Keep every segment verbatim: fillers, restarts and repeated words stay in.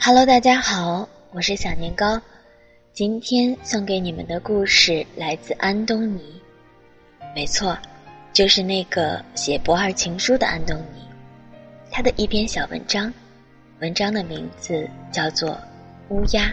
Hello， 大家好，我是小年糕。今天送给你们的故事来自安东尼。没错，就是那个写不二情书的安东尼。他的一篇小文章，文章的名字叫做《乌鸦》。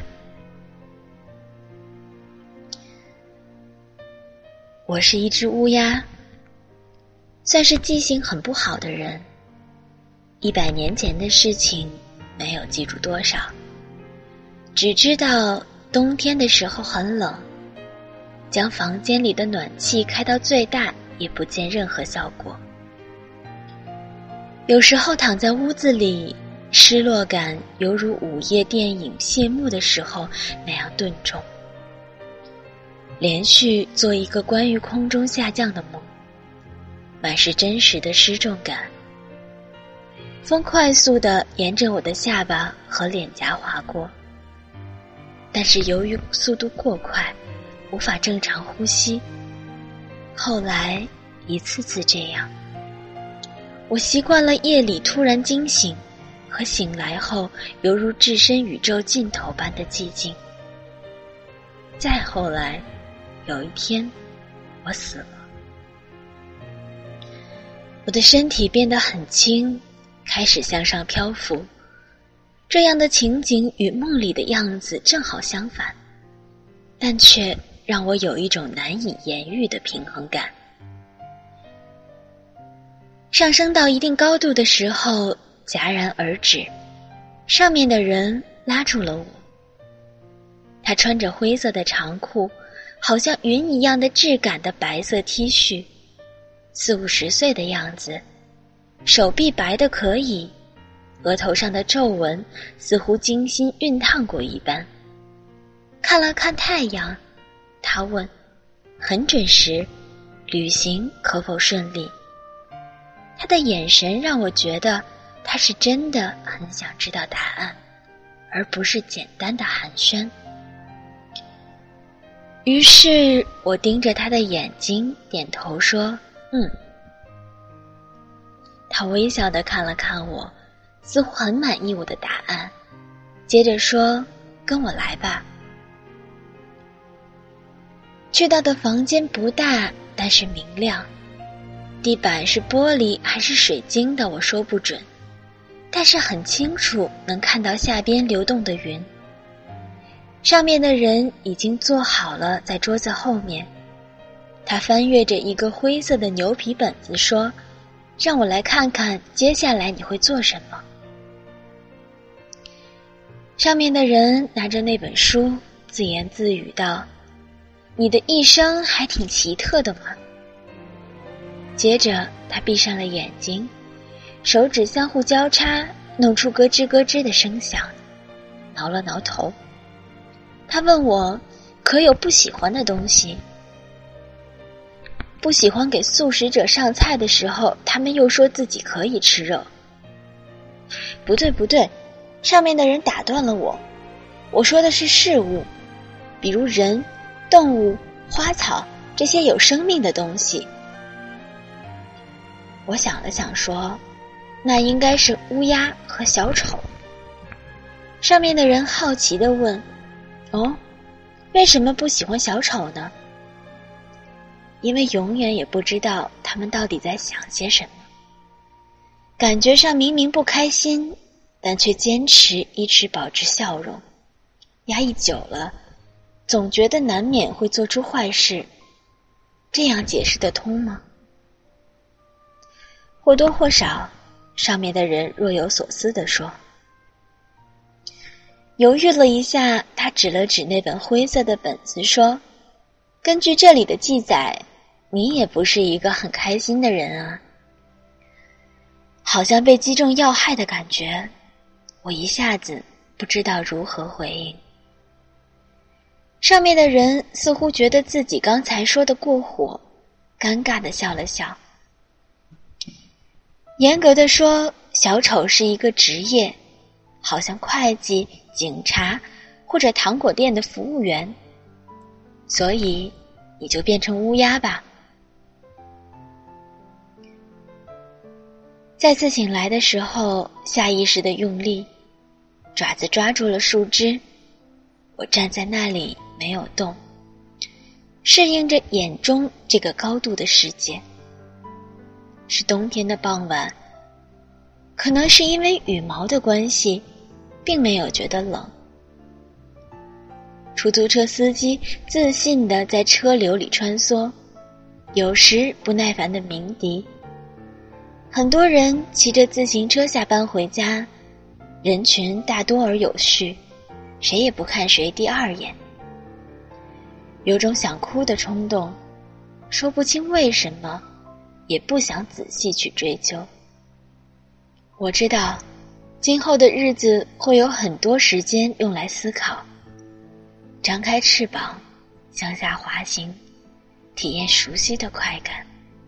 我是一只乌鸦，算是记性很不好的人。一百年前的事情没有记住多少，只知道冬天的时候很冷，将房间里的暖气开到最大也不见任何效果。有时候躺在屋子里，失落感犹如午夜电影谢幕的时候那样钝重。连续做一个关于空中下降的梦，满是真实的失重感。风快速地沿着我的下巴和脸颊划过，但是由于速度过快，无法正常呼吸。后来一次次这样，我习惯了夜里突然惊醒和醒来后犹如置身宇宙尽头般的寂静。再后来，有一天我死了，我的身体变得很轻，开始向上漂浮。这样的情景与梦里的样子正好相反，但却让我有一种难以言喻的平衡感。上升到一定高度的时候戛然而止，上面的人拉住了我。他穿着灰色的长裤，好像云一样的质感的白色 T 恤，四五十岁的样子，手臂白得可以，额头上的皱纹似乎精心熨烫过一般。看了看太阳，他问：很准时，旅行可否顺利？他的眼神让我觉得他是真的很想知道答案，而不是简单的寒暄。于是我盯着他的眼睛点头说：嗯。他微笑地看了看我，似乎很满意我的答案，接着说：跟我来吧。去到的房间不大，但是明亮，地板是玻璃还是水晶的我说不准，但是很清楚能看到下边流动的云。上面的人已经坐好了，在桌子后面。他翻阅着一个灰色的牛皮本子说：让我来看看接下来你会做什么。上面的人拿着那本书自言自语道：你的一生还挺奇特的嘛。接着他闭上了眼睛，手指相互交叉，弄出咯吱咯吱的声响，挠了挠头。他问我可有不喜欢的东西。不喜欢给素食者上菜的时候，他们又说自己可以吃肉。不对不对，上面的人打断了我，我说的是事物，比如人、动物、花草，这些有生命的东西。我想了想说，那应该是乌鸦和小丑。上面的人好奇地问：哦，为什么不喜欢小丑呢？因为永远也不知道他们到底在想些什么。感觉上明明不开心，但却坚持一直保持笑容。压抑久了，总觉得难免会做出坏事。这样解释得通吗？或多或少，上面的人若有所思地说。犹豫了一下，他指了指那本灰色的本子说：根据这里的记载，你也不是一个很开心的人啊。好像被击中要害的感觉，我一下子不知道如何回应。上面的人似乎觉得自己刚才说的过火，尴尬地笑了笑。严格地说，小丑是一个职业，好像会计、警察或者糖果店的服务员，所以你就变成乌鸦吧。再次醒来的时候，下意识地用力， 爪子抓住了树枝。我站在那里没有动，适应着眼中这个高度的世界。是冬天的傍晚，可能是因为羽毛的关系，并没有觉得冷。出租车司机自信地在车流里穿梭，有时不耐烦地鸣笛。很多人骑着自行车下班回家，人群大多而有序，谁也不看谁第二眼。有种想哭的冲动，说不清为什么，也不想仔细去追究。我知道，今后的日子会有很多时间用来思考，张开翅膀，向下滑行，体验熟悉的快感。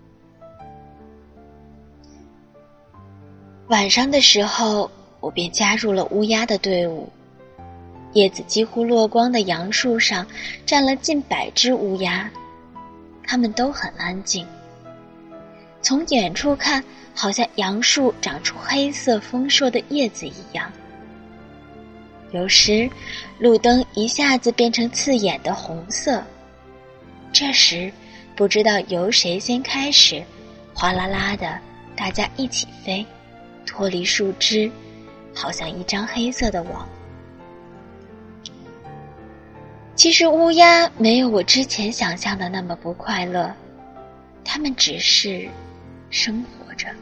晚上的时候，我便加入了乌鸦的队伍。叶子几乎落光的杨树上站了近百只乌鸦，它们都很安静。从远处看，好像杨树长出黑色丰硕的叶子一样。有时，路灯一下子变成刺眼的红色。这时，不知道由谁先开始，哗啦啦的，大家一起飞，脱离树枝，好像一张黑色的网。其实乌鸦没有我之前想象的那么不快乐，它们只是生活着。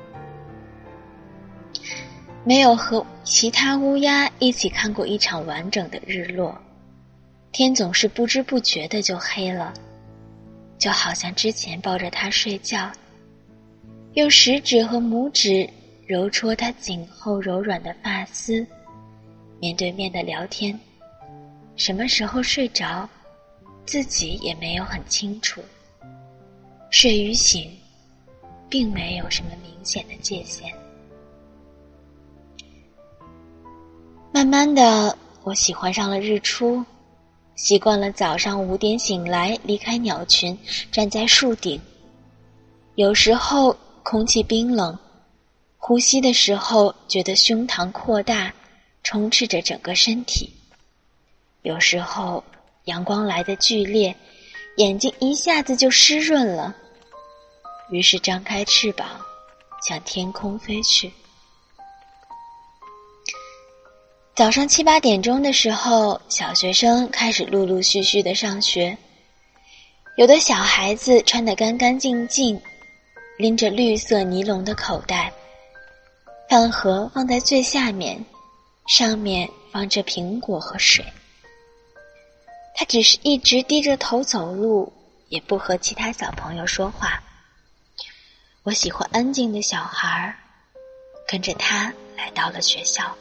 没有和其他乌鸦一起看过一场完整的日落，天总是不知不觉的就黑了，就好像之前抱着它睡觉，用食指和拇指揉搓它颈后柔软的发丝，面对面的聊天，什么时候睡着，自己也没有很清楚。睡与醒，并没有什么明显的界限。慢慢的，我喜欢上了日出，习惯了早上五点醒来，离开鸟群，站在树顶。有时候空气冰冷，呼吸的时候觉得胸膛扩大，充斥着整个身体。有时候阳光来得剧烈，眼睛一下子就湿润了，于是张开翅膀向天空飞去。早上七八点钟的时候，小学生开始陆陆续续的上学。有的小孩子穿得干干净净，拎着绿色尼龙的口袋，饭盒放在最下面，上面放着苹果和水。他只是一直低着头走路，也不和其他小朋友说话。我喜欢安静的小孩，跟着他来到了学校。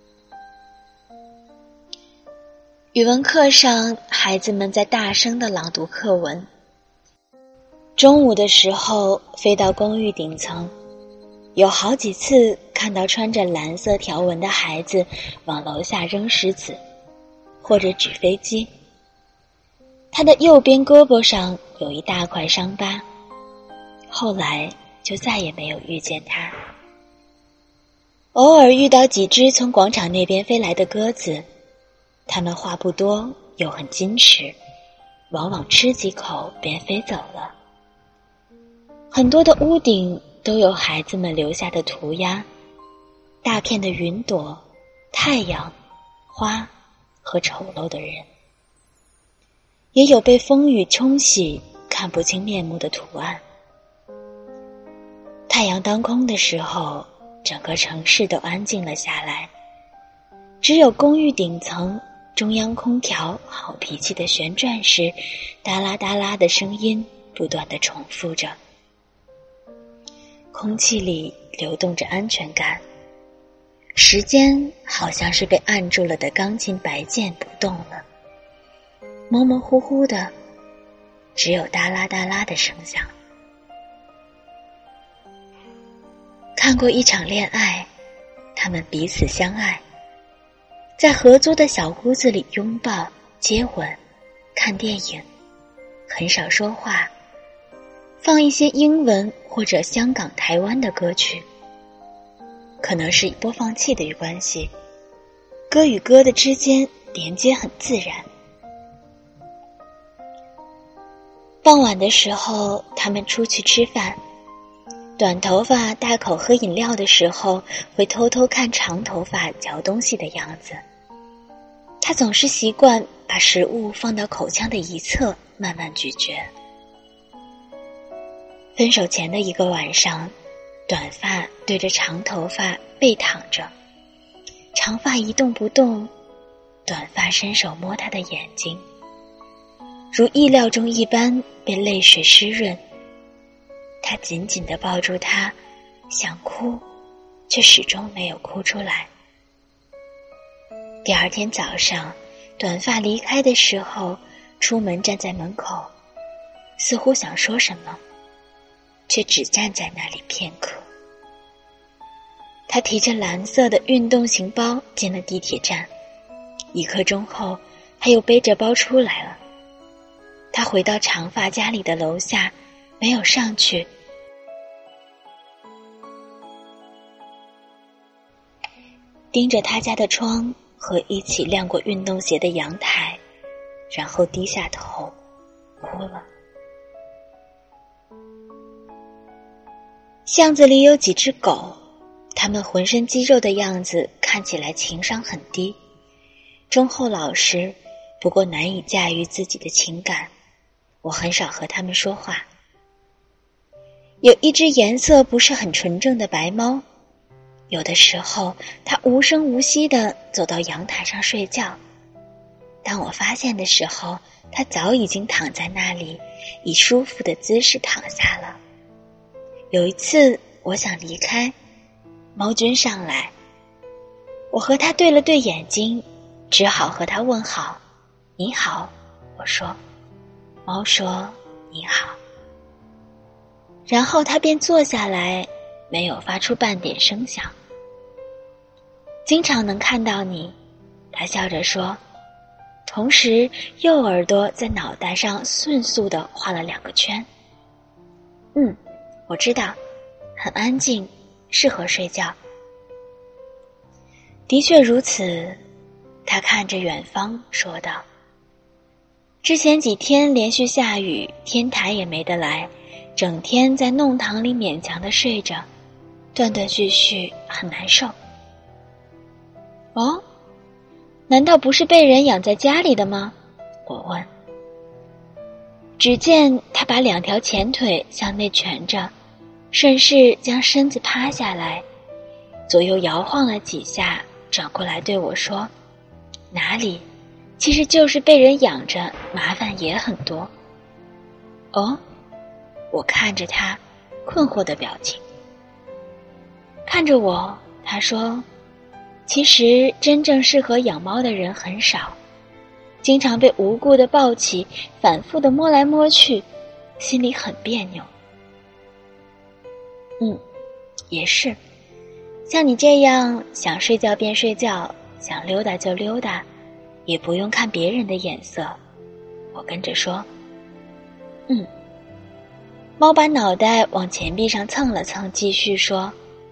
语文课上，孩子们在大声地朗读课文。中午的时候，飞到公寓顶层，有好几次看到穿着蓝色条纹的孩子往楼下扔石子，或者纸飞机。他的右边胳膊上有一大块伤疤，后来就再也没有遇见他。偶尔遇到几只从广场那边飞来的鸽子，它们话不多，又很矜持，往往吃几口便飞走了。很多的屋顶都有孩子们留下的涂鸦，大片的云朵、太阳、花和丑陋的人。也有被风雨冲洗看不清面目的图案。太阳当空的时候，整个城市都安静了下来，只有公寓顶层中央空调好脾气的旋转时，哒啦哒啦的声音不断地重复着。空气里流动着安全感，时间好像是被按住了的钢琴白键不动了，模模糊糊的，只有哒啦哒啦的声响。看过一场恋爱，他们彼此相爱，在合租的小屋子里拥抱、接吻、看电影，很少说话，放一些英文或者香港、台湾的歌曲。可能是播放器的关系， 歌与歌的之间连接很自然。傍晚的时候，他们出去吃饭，短头发大口喝饮料的时候，会偷偷看长头发嚼东西的样子。他总是习惯把食物放到口腔的一侧，慢慢咀嚼。分手前的一个晚上，短发对着长头发背躺着，长发一动不动，短发伸手摸他的眼睛，如意料中一般被泪水湿润。他紧紧地抱住他，想哭，却始终没有哭出来。第二天早上，短发离开的时候，出门站在门口，似乎想说什么，却只站在那里片刻。他提着蓝色的运动型包进了地铁站，一刻钟后，他又背着包出来了。他回到长发家里的楼下，没有上去，盯着他家的窗和一起晾过运动鞋的阳台，然后低下头哭了。巷子里有几只狗，它们浑身肌肉的样子看起来情商很低，忠厚老实，不过难以驾驭自己的情感。我很少和它们说话。有一只颜色不是很纯正的白猫，有的时候它无声无息地走到阳台上睡觉，当我发现的时候，它早已经躺在那里，以舒服的姿势躺下了。有一次我想离开，猫君上来，我和它对了对眼睛，只好和它问好。你好，我说。猫说你好，然后它便坐下来，没有发出半点声响。经常能看到你，它笑着说，同时右耳朵在脑袋上迅速地画了两个圈。嗯，我知道，很安静，适合睡觉。的确如此，他看着远方说道。之前几天连续下雨，天台也没得来，整天在弄堂里勉强地睡着，断断续续，很难受。哦，难道不是被人养在家里的吗？我问。只见他把两条前腿向内蜷着，顺势将身子趴下来，左右摇晃了几下，转过来对我说，哪里，其实就是被人养着，麻烦也很多。哦，我看着他困惑的表情。看着我，他说，其实真正适合养猫的人很少，经常被无故的抱起，反复的摸来摸去，心里很别扭。嗯，也是，像你这样想睡觉便睡觉，想溜达就溜达，也不用看别人的眼色。我跟着说，嗯。猫把脑袋往前壁上蹭了蹭，继续说，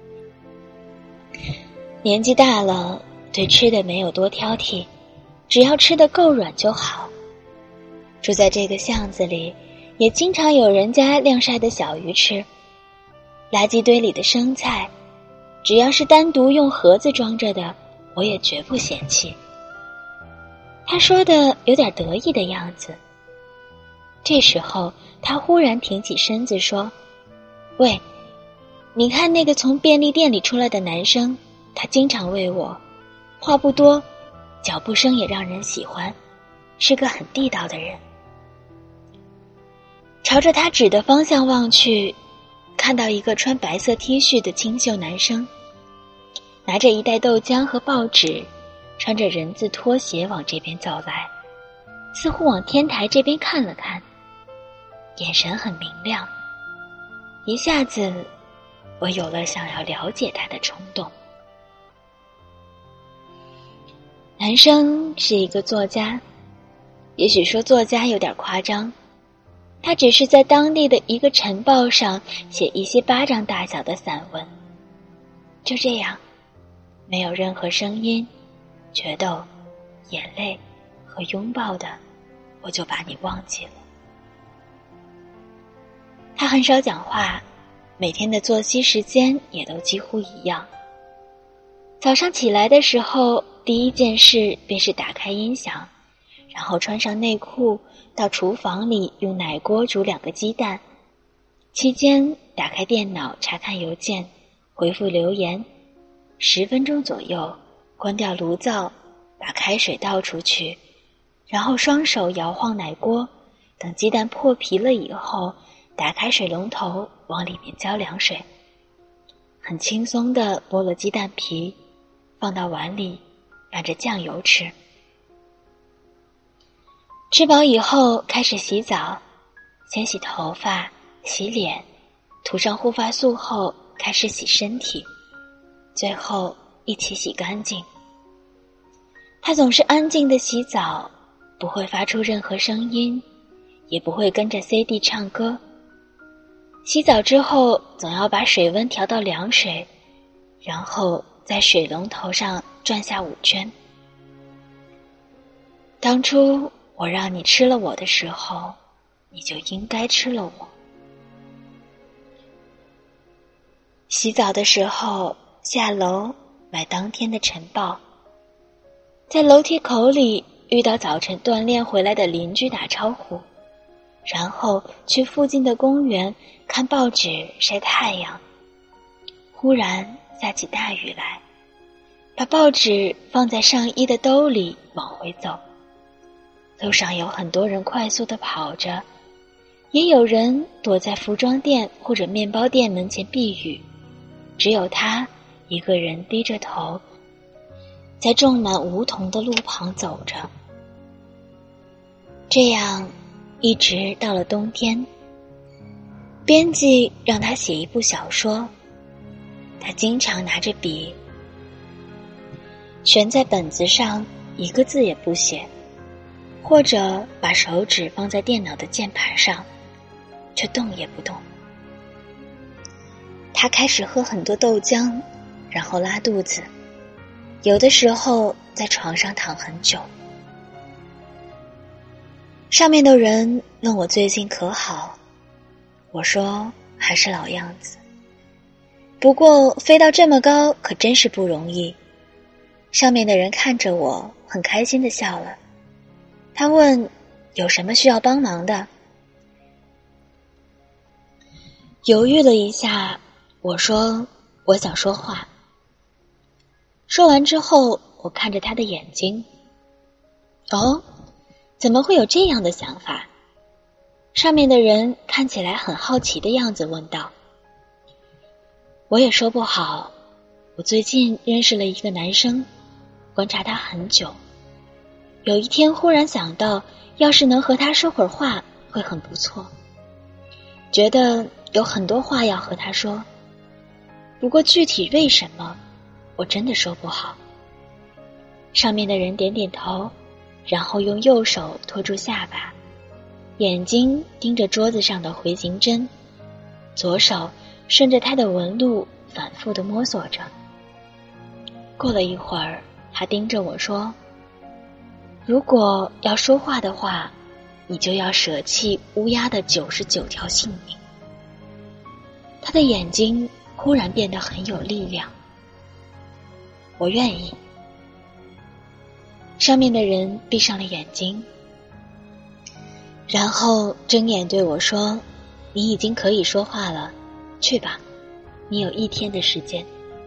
年纪大了，对吃的没有多挑剔，只要吃得够软就好。住在这个巷子里，也经常有人家晾晒的小鱼吃，垃圾堆里的生菜，只要是单独用盒子装着的，我也绝不嫌弃。他说的有点得意的样子。这时候他忽然挺起身子说，喂，你看那个从便利店里出来的男生，他经常喂我，话不多，脚步声也让人喜欢，是个很地道的人。朝着他指的方向望去，看到一个穿白色 T 恤的清秀男生，拿着一袋豆浆和报纸，穿着人字拖鞋往这边走来，似乎往天台这边看了看，眼神很明亮。一下子我有了想要了解他的冲动。男生是一个作家，也许说作家有点夸张，他只是在当地的一个晨报上写一些巴掌大小的散文。就这样，没有任何声音， 决斗、眼泪和拥抱的，我就把你忘记了。他很少讲话，每天的作息时间也都几乎一样。早上起来的时候，第一件事便是打开音响，然后穿上内裤，到厨房里用奶锅煮两个鸡蛋，期间打开电脑查看邮件，回复留言，十分钟左右关掉炉灶，把开水倒出去，然后双手摇晃奶锅，等鸡蛋破皮了以后，打开水龙头往里面浇凉水，很轻松地剥了鸡蛋皮，放到碗里拌着酱油吃。吃饱以后开始洗澡，先洗头发，洗脸，涂上护发素后开始洗身体，最后一起洗干净。他总是安静地洗澡，不会发出任何声音，也不会跟着 C D 唱歌。洗澡之后总要把水温调到凉水，然后在水龙头上转下五圈。当初我让你吃了我的时候，你就应该吃了我。洗澡的时候下楼买当天的晨报，在楼梯口里遇到早晨锻炼回来的邻居打招呼，然后去附近的公园看报纸晒太阳。忽然下起大雨来，把报纸放在上衣的兜里往回走。路上有很多人快速地跑着，也有人躲在服装店或者面包店门前避雨，只有他一个人低着头，在种满梧桐的路旁走着。这样一直到了冬天，编辑让他写一部小说，他经常拿着笔悬在本子上，一个字也不写，或者把手指放在电脑的键盘上，却动也不动。他开始喝很多豆浆，然后拉肚子，有的时候在床上躺很久。上面的人问我最近可好，我说还是老样子，不过飞到这么高可真是不容易。上面的人看着我很开心地笑了，他问有什么需要帮忙的。犹豫了一下，我说我想说话。说完之后，我看着他的眼睛，哦，怎么会有这样的想法？上面的人看起来很好奇的样子，问道。我也说不好，我最近认识了一个男生，观察他很久，有一天忽然想到，要是能和他说会儿话会很不错，觉得有很多话要和他说，不过具体为什么我真的说不好。上面的人点点头，然后用右手托住下巴，眼睛盯着桌子上的回形针，左手顺着它的纹路反复地摸索着。过了一会儿，他盯着我说，如果要说话的话，你就要舍弃乌鸦的九十九条性命。他的眼睛忽然变得很有力量。我愿意。上面的人闭上了眼睛，然后睁眼对我说，你已经可以说话了，去吧，你有一天的时间。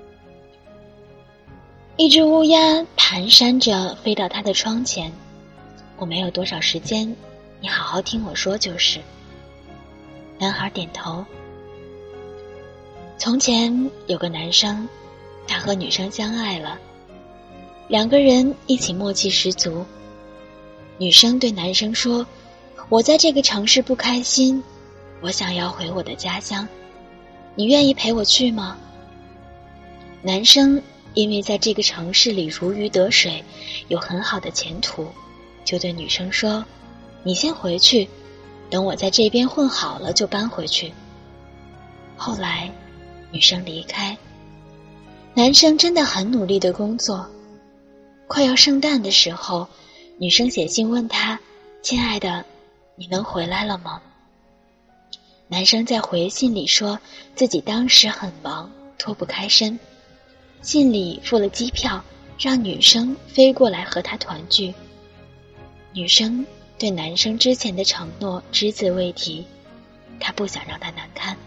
一只乌鸦蹒跚着飞到他的窗前，我没有多少时间，你好好听我说就是。男孩点头。从前有个男生，他和女生相爱了，两个人一起默契十足。女生对男生说，我在这个城市不开心，我想要回我的家乡，你愿意陪我去吗？男生因为在这个城市里如鱼得水，有很好的前途，就对女生说，你先回去，等我在这边混好了就搬回去。后来女生离开，男生真的很努力的工作， 快要圣诞的时候，女生写信问他：亲爱的，你能回来了吗？男生在回信里说自己当时很忙，脱不开身，信里付了机票，让女生飞过来和他团聚。女生对男生之前的承诺只字未提，她不想让他难堪。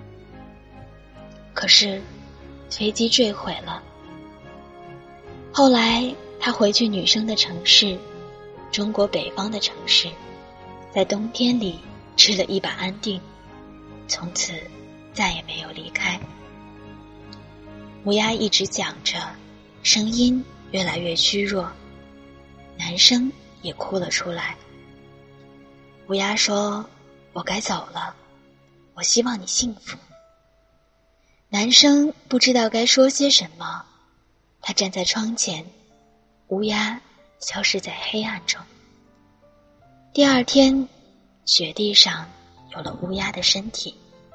可是飞机坠毁了。后来他回去女生的城市，中国北方的城市，在冬天里吃了一把安定，从此再也没有离开。乌鸦一直讲着，声音越来越虚弱，男生也哭了出来。乌鸦说：我该走了，我希望你幸福。男生不知道该说些什么，他站在窗前，乌鸦消失在黑暗中。第二天，雪地上有了乌鸦的身体。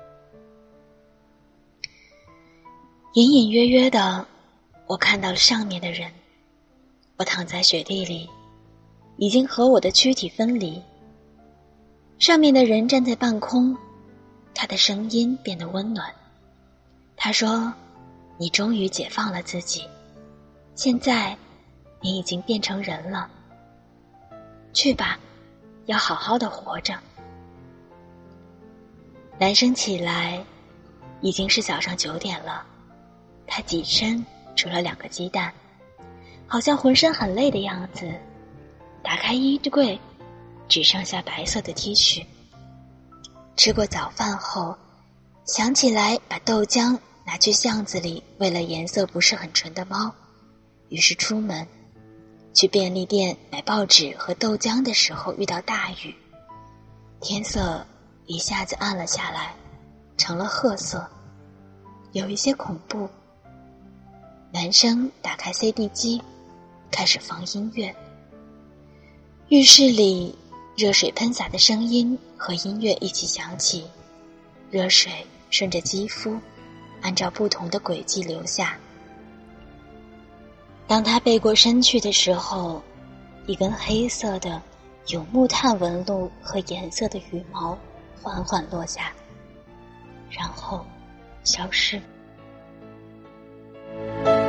隐隐约约的，我看到了上面的人。我躺在雪地里，已经和我的躯体分离。上面的人站在半空，他的声音变得温暖。他说：你终于解放了自己，现在你已经变成人了。去吧，要好好的活着。男生起来，已经是早上九点了。他起身煮了两个鸡蛋，好像浑身很累的样子。打开衣柜，只剩下白色的 T 恤。吃过早饭后，想起来把豆浆拿去巷子里喂了颜色不是很纯的猫，于是出门去便利店买报纸和豆浆的时候遇到大雨，天色一下子暗了下来，成了褐色，有一些恐怖。男生打开 C D 机，开始放音乐。浴室里热水喷洒的声音和音乐一起响起，热水顺着肌肤按照不同的轨迹流下。当他背过身去的时候，一根黑色的有木炭纹路和颜色的羽毛缓缓落下，然后消失。